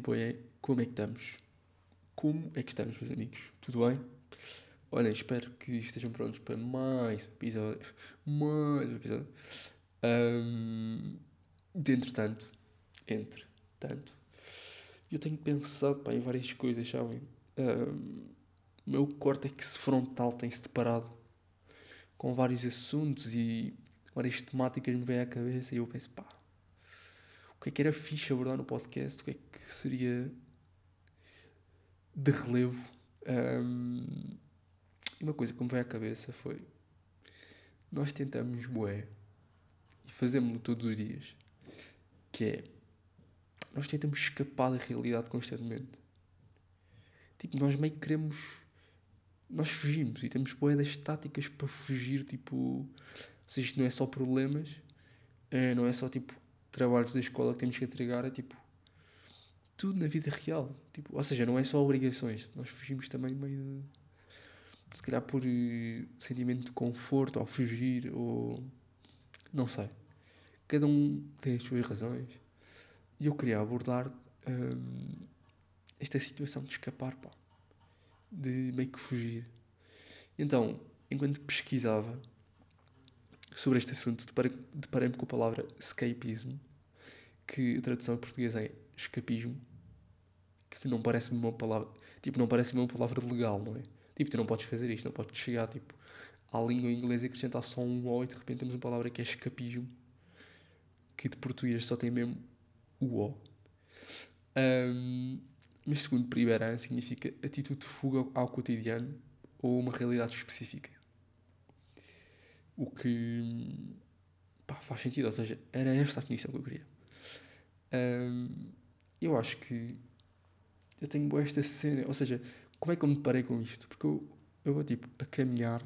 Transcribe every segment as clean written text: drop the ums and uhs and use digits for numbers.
põe é: como é que estamos? Como é que estamos, meus amigos? Tudo bem? Olhem, espero que estejam prontos para mais um episódio. Mais um episódio. De entretanto, eu tenho pensado, pá, em várias coisas, sabem? O meu córtex frontal tem-se deparado com vários assuntos e várias temáticas me vêm à cabeça e eu penso, pá, o que é que era fixe abordar no podcast? O que é que seria de relevo? E uma coisa que me veio à cabeça foi: nós tentamos bué e fazemos-lo todos os dias, que é, nós tentamos escapar da realidade constantemente. Tipo, nós meio que queremos, nós fugimos e temos bué das táticas para fugir, tipo, ou seja, isto não é só problemas, não é só tipo trabalhos da escola que temos que entregar, é tipo tudo na vida real, tipo, ou seja, não é só obrigações, nós fugimos também meio se calhar por sentimento de conforto ao fugir, ou não sei. Cada um tem as suas razões. E eu queria abordar esta situação de escapar, pá. De meio que fugir. Então, enquanto pesquisava sobre este assunto, deparei-me com a palavra escapismo, que a tradução em português é escapismo, que não parece uma palavra, tipo, não parece uma palavra legal, não é? Tipo, tu não podes fazer isto, não podes chegar, tipo, à língua inglesa e acrescentar só um O e de repente temos uma palavra que é escapismo, que de português só tem mesmo o O. Mas segundo Priberan significa atitude de fuga ao cotidiano ou uma realidade específica. O que, pá, faz sentido, ou seja, era esta a definição que eu queria. Eu acho que eu tenho boa esta cena, ou seja, como é que eu me deparei com isto? Porque eu vou tipo a caminhar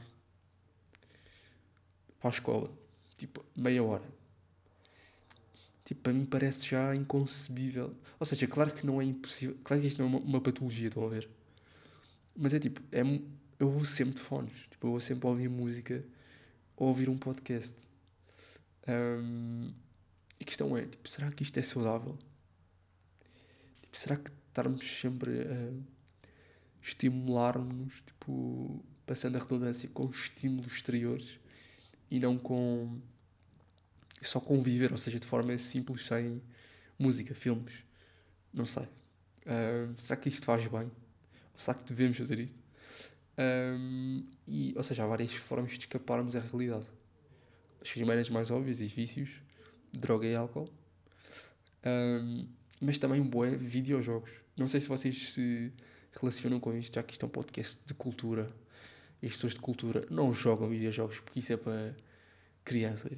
para a escola, tipo, meia hora. Tipo, para mim parece já inconcebível. Ou seja, claro que não é impossível. Claro que isto não é uma patologia, estão a ver? Mas é tipo, eu vou sempre de fones. Tipo, eu vou sempre ouvir música ou ouvir um podcast. A questão é, tipo, será que isto é saudável? Tipo, será que estarmos sempre a estimular-nos, tipo, passando a redundância, com estímulos exteriores e não com só conviver, ou seja, de forma simples, sem música, filmes, não sei. Será que isto faz bem? Ou será que devemos fazer isto? Ou seja, há várias formas de escaparmos à realidade. As primeiras mais óbvias e vícios, droga e álcool. Mas também bué videojogos. Não sei se vocês se relacionam com isto, já que isto é um podcast de cultura. E as pessoas de cultura não jogam videojogos porque isso é para crianças.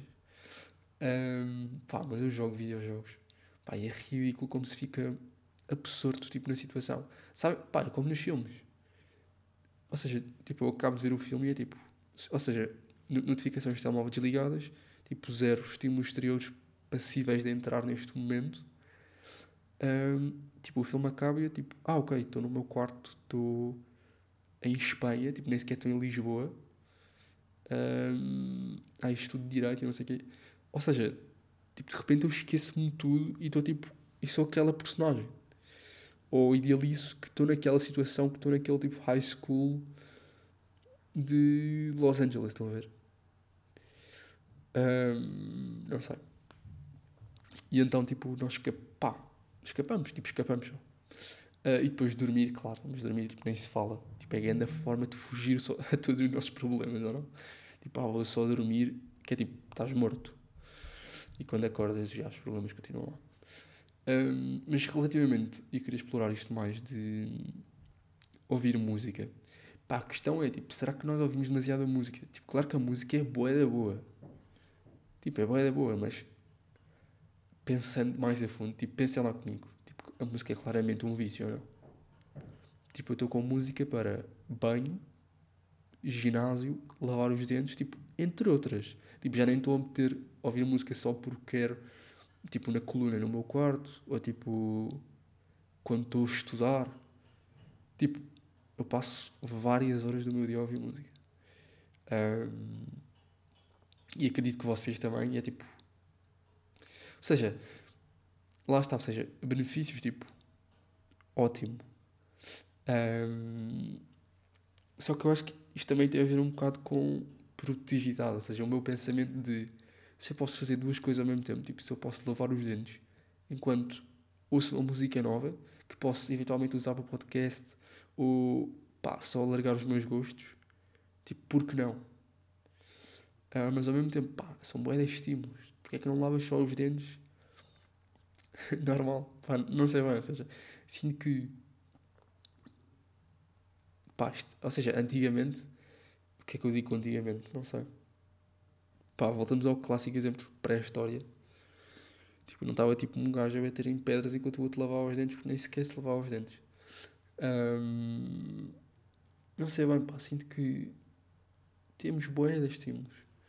Mas eu jogo videojogos. Pá, e é ridículo como se fica absorto, tipo, na situação. Sabe, pá, é como nos filmes. Ou seja, tipo, eu acabo de ver o filme e é tipo... Ou seja, notificações de telemóvel desligadas, tipo, zero estímulos exteriores passíveis de entrar neste momento. Tipo, o filme acaba e é tipo... ok, estou no meu quarto, estou em Espanha, tipo, nem sequer estou em Lisboa. Estudo de Direito e não sei o quê. Ou seja, tipo, de repente eu esqueço-me de tudo e estou tipo... E sou aquela personagem. Ou idealizo que estou naquela situação, que estou naquele tipo high school de Los Angeles, estão a ver? Não sei. E então, tipo, nós escapamos só. E depois de dormir, claro, mas dormir tipo, nem se fala. Tipo, é a grande forma de fugir só a todos os nossos problemas, ou não? Tipo, vou só dormir, que é tipo, estás morto. E quando acordas, já os problemas continuam lá. Mas relativamente, e queria explorar isto mais de ouvir música. Pá, a questão é, tipo, será que nós ouvimos demasiada música? Tipo, claro que a música é boa da boa. Tipo, é boa da boa, mas pensando mais a fundo, tipo, pensem lá comigo. Tipo, a música é claramente um vício, ou não? Tipo, eu estou com música para banho, ginásio, lavar os dentes, tipo, entre outras. Tipo, já nem estou a ouvir música só porque quero, tipo, na coluna no meu quarto, ou tipo, quando estou a estudar. Tipo, eu passo várias horas do meu dia a ouvir música. Ahm, e acredito que vocês também, e é tipo... Ou seja, lá está, ou seja, benefícios, tipo... ótimo. Ahm, Só que eu acho que isto também tem a ver um bocado com produtividade, ou seja, o meu pensamento de se eu posso fazer duas coisas ao mesmo tempo, tipo, se eu posso lavar os dentes enquanto ouço uma música nova, que posso eventualmente usar para podcast, ou pá, só alargar os meus gostos, tipo, por que não? Mas ao mesmo tempo, pá, são bué de estímulos, porque é que não lavas só os dentes? Normal, pá, não sei bem, ou seja, sinto que, pá, ou seja, antigamente, o que é que eu digo com antigamente? Não sei. Pá, voltamos ao clássico exemplo de pré-história. Tipo, não estava tipo um gajo a bater em pedras enquanto o outro lavava os dentes, porque nem sequer se lavava os dentes. Ahm, não sei bem, pá, sinto que temos bué de estímulos.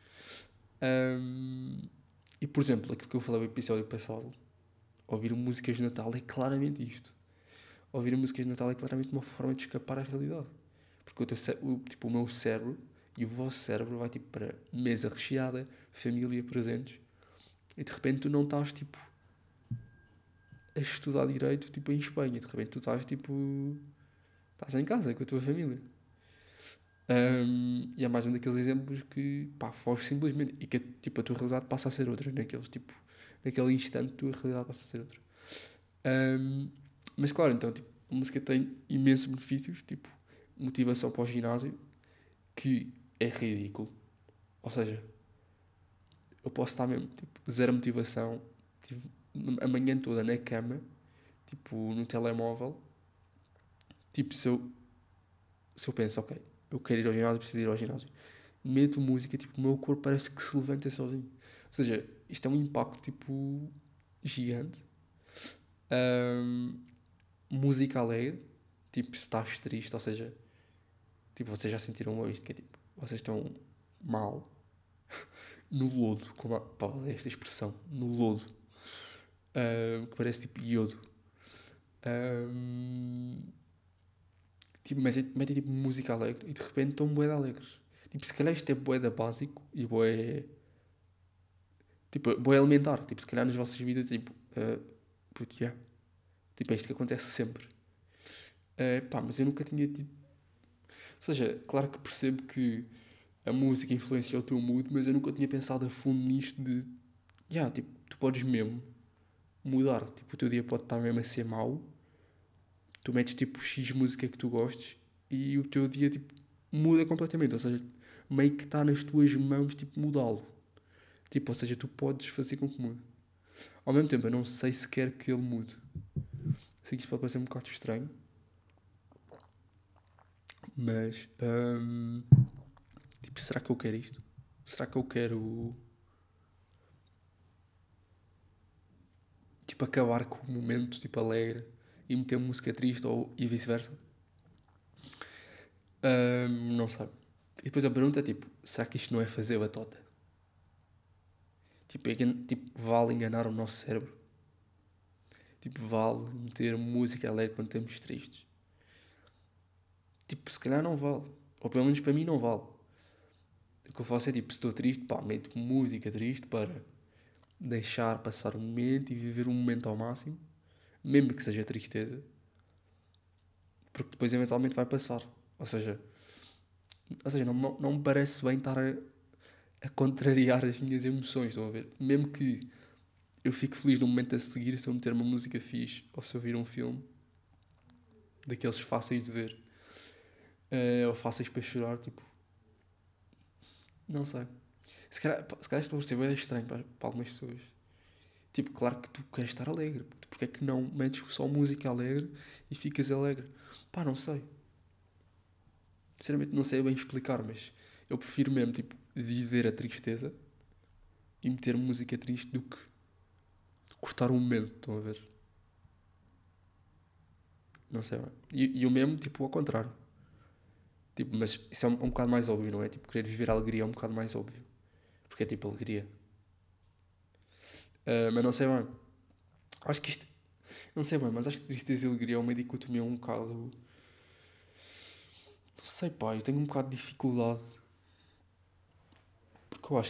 Ahm, e, por exemplo, aquilo que eu falei no episódio passado, ouvir músicas de Natal é claramente isto. Ouvir músicas de Natal é claramente uma forma de escapar à realidade. Porque tipo, o meu cérebro e o vosso cérebro vai tipo para mesa recheada, família presentes, e de repente tu não estás tipo a estudar direito tipo em Espanha, de repente tu estás tipo estás em casa com a tua família. E é mais um daqueles exemplos que pá, foge simplesmente e que tipo, a tua realidade passa a ser outra, naquele instante a tua realidade passa a ser outra. Mas claro, então tipo, a música tem imensos benefícios, tipo motivação para o ginásio, que é ridículo. Ou seja, eu posso estar mesmo tipo, zero motivação, tipo, a manhã toda na cama, tipo no telemóvel, tipo se eu penso, ok, eu quero ir ao ginásio, preciso ir ao ginásio, meto música, tipo, o meu corpo parece que se levanta sozinho. Ou seja, isto é um impacto, tipo, gigante. Ahm, Música alegre, tipo, se estás triste, ou seja, tipo, vocês já sentiram isto, que é tipo, vocês estão mal, no lodo, pá, esta expressão, no lodo, que parece tipo iodo. Ahm, tipo, mas metem tipo música alegre e de repente estão bué de alegres. Tipo, se calhar isto é bué da básico e bué. Tipo, bué elementar. Tipo, se calhar nas vossas vidas, tipo, puto, yeah. Tipo, é isto que acontece sempre. Pá, mas eu nunca tinha tipo. Ou seja, claro que percebo que a música influencia o teu mood, mas eu nunca tinha pensado a fundo nisto de. Yeah, tipo, tu podes mesmo mudar. Tipo, o teu dia pode estar mesmo a ser mau. Tu metes tipo X música que tu gostes e o teu dia tipo muda completamente. Ou seja, meio que está nas tuas mãos tipo mudá-lo. Tipo, ou seja, tu podes fazer com que mude. Ao mesmo tempo, eu não sei se quer que ele mude. Sei que isto pode parecer um bocado estranho, mas tipo, será que eu quero isto? Será que eu quero tipo acabar com o momento tipo alegre e meter música triste ou e vice-versa? Não sei. E depois a pergunta é tipo, será que isto não é fazer batota? Tipo, tipo, vale enganar o nosso cérebro? Tipo, vale meter música alegre quando estamos tristes? Tipo, se calhar não vale. Ou pelo menos para mim não vale. O que eu faço é tipo, se estou triste, pá, meto música triste para deixar passar o momento e viver o momento ao máximo, mesmo que seja tristeza, porque depois eventualmente vai passar. Ou seja, não me parece bem estar a contrariar as minhas emoções, estão a ver? Mesmo que eu fique feliz no momento a seguir se eu meter uma música fixe ou se eu vir um filme daqueles fáceis de ver ou fáceis para chorar, tipo, não sei. Se calhar estou a ser bem estranho para algumas pessoas. Tipo, claro que tu queres estar alegre. Porque é que não metes só música alegre e ficas alegre? Pá, não sei. Sinceramente não sei bem explicar, mas eu prefiro mesmo, tipo, viver a tristeza e meter música triste do que cortar o momento, estão a ver? Não sei bem. E o mesmo, tipo, ao contrário. Tipo, mas isso é um bocado mais óbvio, não é? Tipo, querer viver a alegria é um bocado mais óbvio. Porque é tipo alegria. Mas não sei bem. Acho que isto. Não sei bem, mas acho que tristeza e alegria é uma dicotomia um bocado. Não sei, pá, eu tenho um bocado de dificuldade.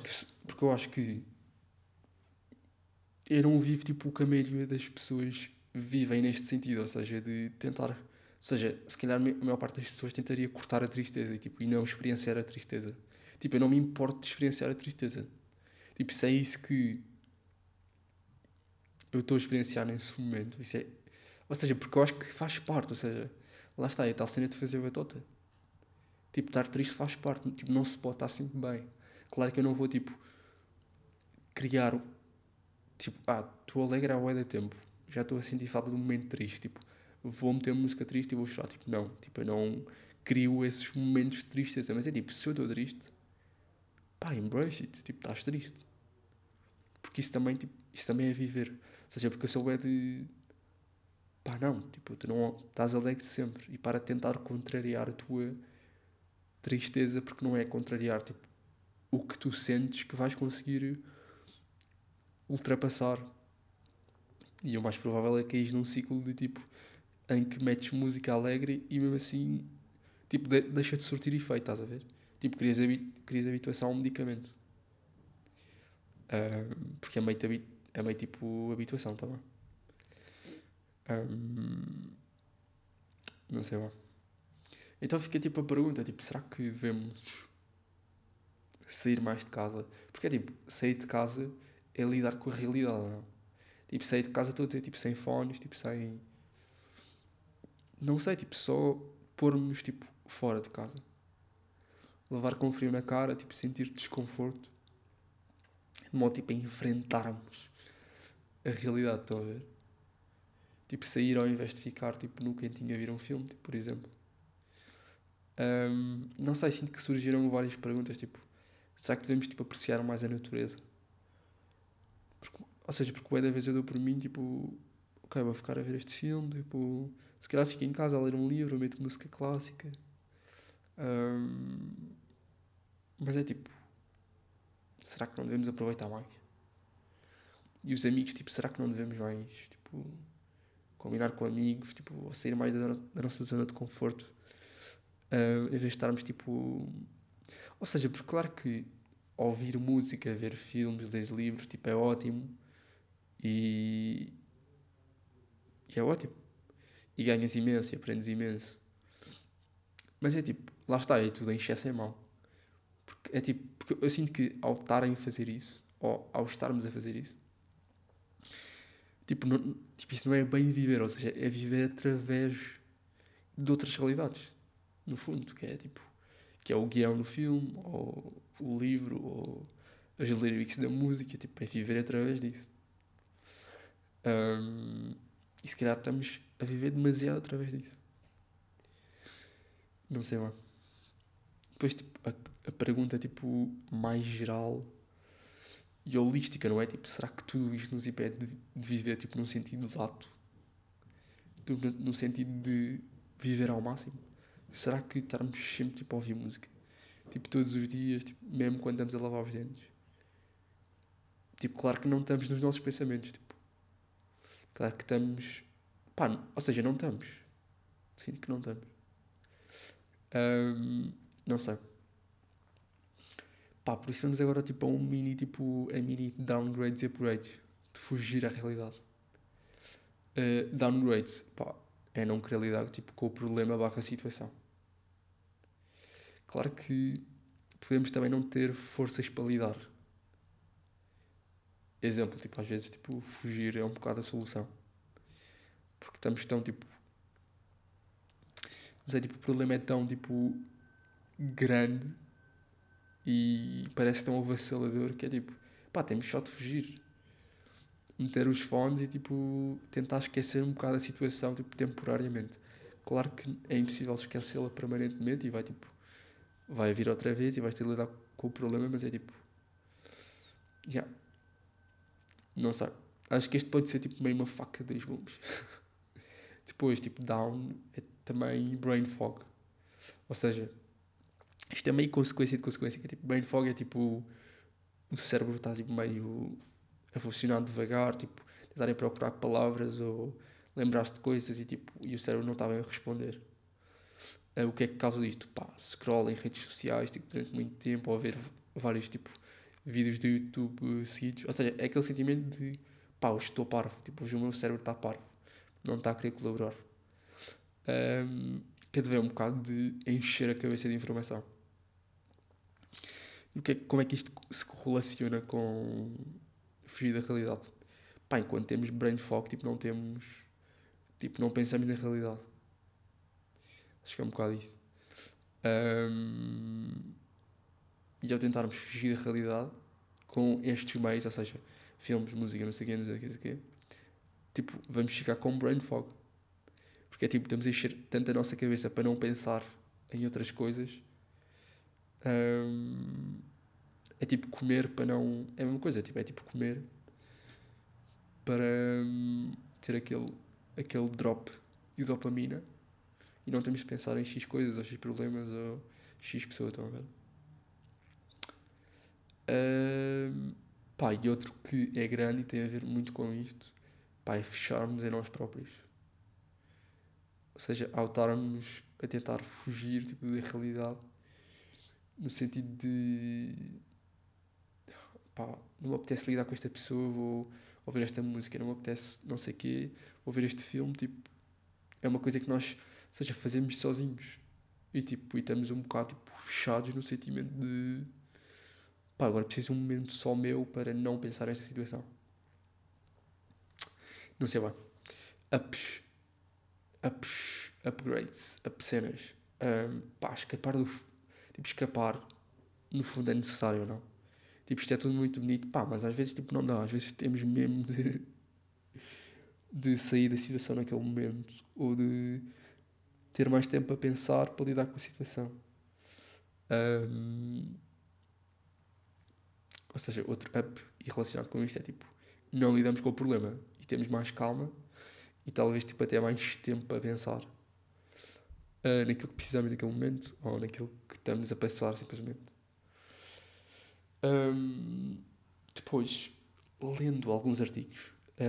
Porque eu acho que eu não vivo tipo o que a maioria das pessoas vivem neste sentido, ou seja, de tentar, ou seja, se calhar a maior parte das pessoas tentaria cortar a tristeza e, tipo, e não experienciar a tristeza. Tipo, eu não me importo de experienciar a tristeza. Tipo, se é isso que eu estou a experienciar nesse momento, isso é, ou seja, porque eu acho que faz parte, ou seja, lá está, é a tal cena de fazer batota. Tipo, estar triste faz parte, tipo, não se pode estar sempre bem. Claro que eu não vou, tipo, criar, tipo, estou alegre há bué de tempo, já estou a sentir falta de um momento triste, tipo, vou meter música triste e vou chorar, tipo, não, tipo, eu não crio esses momentos de tristeza, mas é tipo, se eu estou triste, pá, embrace it, tipo, estás triste, porque isso também é viver, ou seja, porque eu sou bué de, pá, não, tipo, tu não estás alegre sempre, e para tentar contrariar a tua tristeza, porque não é contrariar, tipo, o que tu sentes que vais conseguir ultrapassar. E o mais provável é cair num ciclo de tipo em que metes música alegre e mesmo assim tipo deixa de surtir efeito, estás a ver? Tipo, crias habituação a um medicamento. Porque é meio tipo habituação também. Ahm, não sei lá. Então fica tipo a pergunta, tipo, será que devemos sair mais de casa? Porque é tipo, sair de casa é lidar com a realidade, não? Tipo, sair de casa estou a dizer tipo sem fones, tipo sem. Não sei, tipo, só pôr-nos tipo fora de casa. Levar com frio na cara, tipo, sentir desconforto. De modo tipo a enfrentarmos a realidade, estão a ver? Tipo, sair ao invés de ficar tipo no cantinho a ver um filme, tipo, por exemplo. Não sei, sinto que surgiram várias perguntas, tipo, será que devemos tipo, apreciar mais a natureza? Ou seja, porque da vez eu dou por mim, tipo, ok, vou ficar a ver este filme, tipo, se calhar fico em casa a ler um livro, meto música clássica. Ahm, mas é tipo, será que não devemos aproveitar mais? E os amigos, tipo, será que não devemos mais, tipo, combinar com amigos, tipo, sair mais da nossa zona de conforto, em vez de estarmos, tipo... Ou seja, porque claro que ouvir música, ver filmes, ler livros, tipo, é ótimo e, e é ótimo. E ganhas imenso e aprendes imenso. Mas é tipo, lá está, é tudo em excesso é mau. Porque é tipo, porque eu sinto que ao estarem a fazer isso, ou ao estarmos a fazer isso, tipo, tipo, isso não é bem viver, ou seja, é viver através de outras realidades, no fundo, que é tipo, que é o guião do filme, ou o livro, ou as lyrics da música, tipo, é viver através disso. E se calhar estamos a viver demasiado através disso. Não sei lá. Depois, tipo, a pergunta, tipo, mais geral e holística, não é? Tipo, será que tudo isto nos impede de viver, tipo, num sentido lato? No sentido de viver ao máximo? Será que estarmos sempre, tipo, a ouvir música? Tipo, todos os dias, tipo, mesmo quando estamos a lavar os dentes? Tipo, claro que não estamos nos nossos pensamentos, tipo, claro que estamos... Pá, ou seja, não estamos. Sinto que não estamos. Não sei. Pá, por isso estamos agora, tipo, a um mini, tipo, a mini downgrades e upgrades. De fugir à realidade. Downgrades, pá, é não querer lidar, tipo, com o problema barra situação. Claro que podemos também não ter forças para lidar. Exemplo, tipo, às vezes, tipo, fugir é um bocado a solução. Porque estamos tão, tipo... Não sei, tipo, o problema é tão, tipo, grande e parece tão avassalador que é tipo, pá, temos só de fugir. Meter os fones e, tipo, tentar esquecer um bocado a situação, tipo, temporariamente. Claro que é impossível esquecê-la permanentemente e vai, tipo, vai vir outra vez e vais ter de lidar com o problema, mas é tipo, yeah, não sei. Acho que este pode ser, tipo, meio uma faca de dois gumes. Depois, tipo, down é também brain fog. Ou seja, isto é meio consequência de consequência. Que é, tipo, brain fog é tipo o cérebro está tipo, meio a funcionar devagar, tipo, tentarem procurar palavras ou lembrar-se de coisas e, tipo, e o cérebro não está bem a responder. O que é que causa isto? Pá, scroll em redes sociais tipo, durante muito tempo ou ver vários tipo, vídeos do YouTube seguidos. Ou seja, é aquele sentimento de pá, eu estou parvo, tipo, hoje o meu cérebro está parvo. não está a querer colaborar. Cada vez é um bocado de encher a cabeça de informação. E como é que isto se correlaciona com fugir da realidade? Pá, enquanto temos brain fog, tipo, não temos... Tipo, não pensamos na realidade. Acho que é um bocado isso. E ao tentarmos fugir da realidade com estes meios, ou seja, filmes, música, não sei o quê, não sei o quê, tipo, vamos ficar com brain fog. Porque é tipo, estamos a encher tanto a nossa cabeça para não pensar em outras coisas. É tipo comer para não... É a mesma coisa, tipo, é tipo comer para ter aquele drop de dopamina e não temos de pensar em X coisas ou X problemas ou X pessoas, estão a ver? Pá, e outro que é grande e tem a ver muito com isto, pá, é fecharmos em nós próprios. Ou seja, ao estarmos a tentar fugir tipo, da realidade, no sentido de pá, não me apetece lidar com esta pessoa, vou ouvir esta música, não me apetece não sei o quê, vou ver este filme, tipo, é uma coisa que nós, ou seja, fazemos sozinhos. E tipo, e estamos um bocado tipo, fechados no sentimento de pá, agora preciso de um momento só meu para não pensar nesta situação. Não sei bem. Upgrades, up cenas. Pá, escapar do. Tipo, escapar, no fundo é necessário, não? Tipo, isto é tudo muito bonito, pá, mas às vezes tipo, não dá, às vezes temos mesmo de sair da situação naquele momento, ou de ter mais tempo a pensar para lidar com a situação. Ou seja, outro up e relacionado com isto é tipo, não lidamos com o problema e temos mais calma e talvez tipo, até mais tempo para pensar naquilo que precisamos naquele momento ou naquilo que estamos a passar simplesmente. Depois, lendo alguns artigos,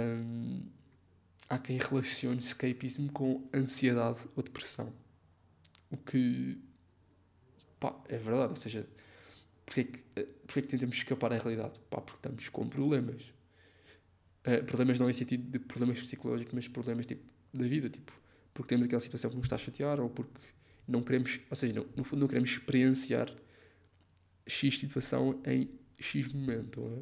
há quem relacione escapismo com ansiedade ou depressão. O que, pá, é verdade. Ou seja, porque é que tentamos escapar à realidade? Pá, porque estamos com problemas. Problemas não em sentido de problemas psicológicos, mas problemas tipo da vida, tipo, porque temos aquela situação que nos está a chatear ou porque não queremos, ou seja, no fundo não queremos experienciar X situação em X momento. Não é?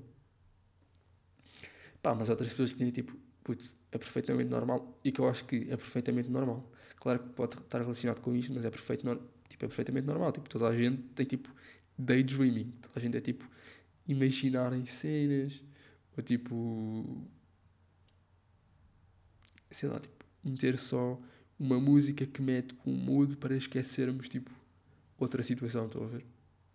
Pá, mas outras pessoas que têm tipo, putz, é perfeitamente normal e que eu acho que é perfeitamente normal. Claro que pode estar relacionado com isto, mas é, tipo, é perfeitamente normal. Tipo, toda a gente tem tipo daydreaming, toda a gente é tipo imaginar em cenas ou tipo, sei lá, tipo, meter só uma música que mete um mood para esquecermos tipo outra situação, estou a ver?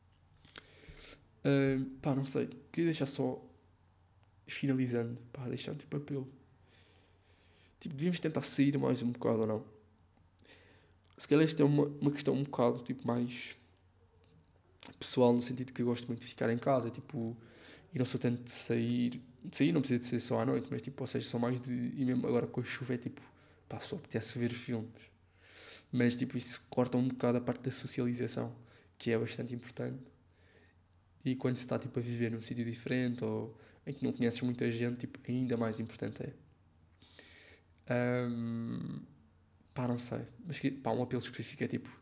Pá, não sei, queria deixar só finalizando, pá, deixar tipo apelo. Tipo, devíamos tentar sair mais um bocado ou não? Se calhar isto é uma questão um bocado tipo, mais pessoal, no sentido que eu gosto muito de ficar em casa, tipo, e não sou tanto de sair. De sair não precisa de ser só à noite, mas tipo, ou seja, só mais de. E mesmo agora com a chuva é tipo, pá, só apetece ver filmes. Mas tipo, isso corta um bocado a parte da socialização, que é bastante importante. E quando se está tipo, a viver num sítio diferente ou em que não conheces muita gente, tipo, ainda mais importante é. Ahm, Pá, não sei. Mas pá, um apelo específico é tipo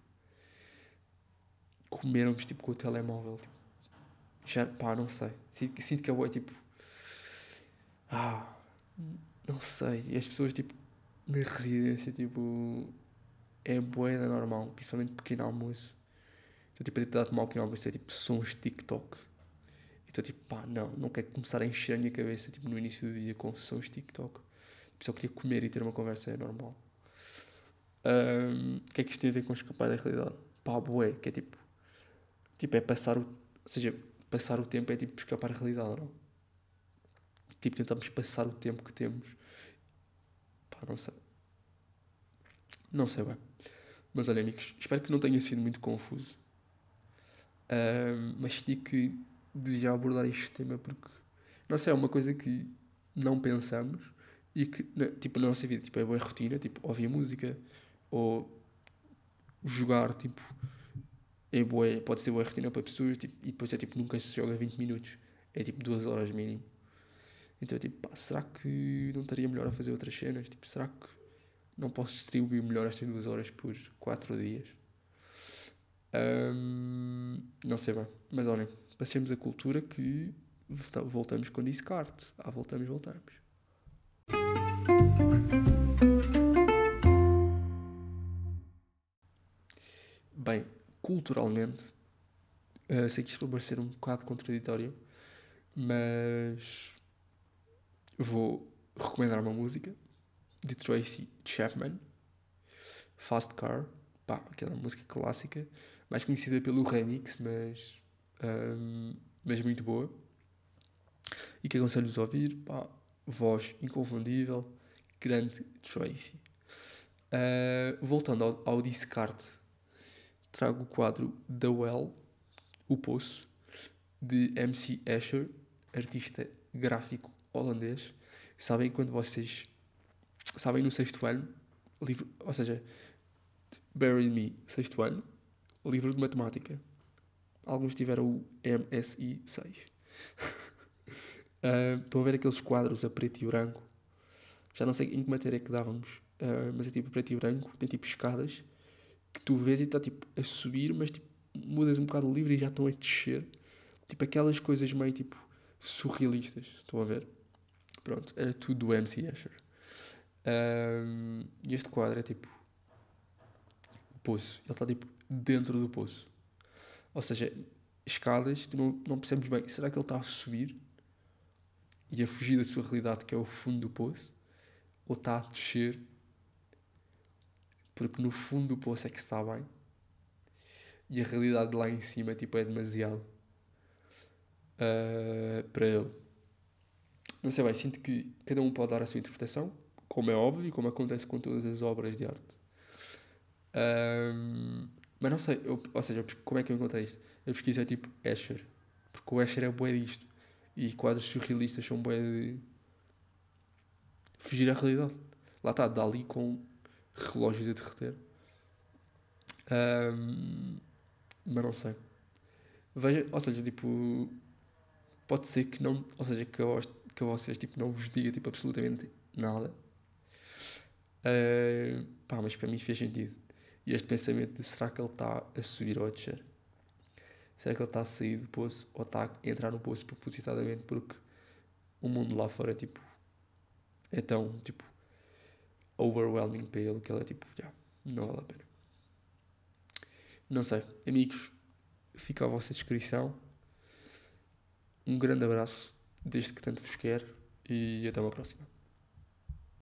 comermos tipo com o telemóvel. Tipo, já, pá, não sei. Sinto que é tipo. Ah, não sei. E as pessoas tipo na residência tipo. É bué da normal, principalmente pequeno almoço. Estou tipo a tentar tomar o pequeno almoço é tipo sons de TikTok. E estou tipo, pá, não quero começar a encher a minha cabeça tipo no início do dia com sons de TikTok. Tipo, só queria comer e ter uma conversa normal. O que é que isto tem a ver com escapar da realidade? Pá, bué, que é tipo, é passar o. Ou seja, passar o tempo é tipo escapar da realidade, não? Tipo, tentamos passar o tempo que temos. Pá, não sei. Não sei bem. Mas olha, amigos, espero que não tenha sido muito confuso. Mas senti que devia abordar este tema porque, não sei, é uma coisa que não pensamos e que, tipo, na nossa vida, tipo, é boa rotina, tipo, ouvir música ou jogar, tipo, é boa, pode ser boa rotina para pessoas tipo, e depois é tipo, nunca se joga 20 minutos, é tipo 2 horas mínimo. Então é tipo, pá, será que não estaria melhor a fazer outras cenas? Tipo, será que não posso distribuir melhor estas 2 horas por 4 dias. Não sei bem. Mas olhem, passemos a cultura que voltamos com Descartes. Voltamos. Bem, culturalmente, sei que isto vai parecer um bocado contraditório, mas vou recomendar uma música de Tracy Chapman, Fast Car, pá, aquela música clássica, mais conhecida pelo remix, mas muito boa, e que aconselho-vos a ouvir, pá, voz inconfundível, grande Tracy. Voltando ao Descartes, trago o quadro The Well, O Poço, de MC Escher, artista gráfico holandês. Sabem quando vocês... Sabem no 6º ano, livro, ou seja, Bury Me, 6º ano, livro de matemática. Alguns tiveram o MSI 6. Estão a ver aqueles quadros a preto e branco? Já não sei em que matéria é que dávamos, mas é tipo preto e branco, tem tipo escadas, que tu vês e está tipo a subir, mas tipo mudas um bocado o livro e já estão a descer. Tipo aquelas coisas meio tipo surrealistas, estão a ver? Pronto, era tudo do MC Escher. E este quadro é tipo o poço. Ele está tipo dentro do poço. Ou seja, escadas, tu não percebes bem. Será que ele está a subir e a fugir da sua realidade, que é o fundo do poço? Ou está a descer porque no fundo do poço é que está bem e a realidade lá em cima tipo, é demasiado para ele? Não sei bem, sinto que cada um pode dar a sua interpretação, como é óbvio e como acontece com todas as obras de arte. Mas não sei, ou seja, como é que eu encontrei isto? Eu pesquisei tipo Escher, porque o Escher é bué disto, e quadros surrealistas são bué de fugir à realidade. Lá está, Dali com relógios a derreter. Mas não sei. Veja, ou seja, tipo, pode ser que não, ou seja, que a vocês tipo, não vos diga tipo, absolutamente nada. Pá, mas para mim fez sentido. E este pensamento de será que ele está a subir ou a descer? Será que ele está a sair do poço ou está a entrar no poço propositadamente porque o mundo lá fora tipo, é tão tipo, overwhelming para ele que ele é tipo, não vale a pena. Não sei, amigos, fica à vossa descrição. Um grande abraço, desde que tanto vos quero, e até uma próxima.